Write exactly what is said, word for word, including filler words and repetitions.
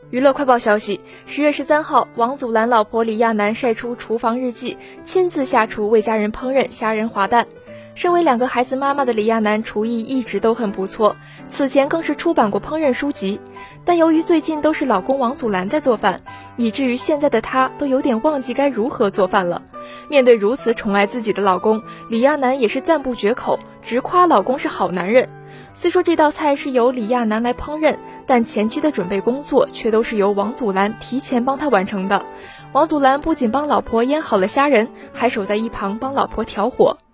娱乐快报消息，十月十三号，王祖蓝老婆李亚男晒出厨房日记，亲自下厨为家人烹饪虾仁滑蛋。身为两个孩子妈妈的李亚男厨艺一直都很不错，此前更是出版过烹饪书籍。但由于最近都是老公王祖蓝在做饭，以至于现在的她都有点忘记该如何做饭了。面对如此宠爱自己的老公，李亚男也是赞不绝口，直夸老公是好男人。虽说这道菜是由李亚男来烹饪，但前期的准备工作却都是由王祖蓝提前帮他完成的。王祖蓝不仅帮老婆腌好了虾仁，还守在一旁帮老婆调火。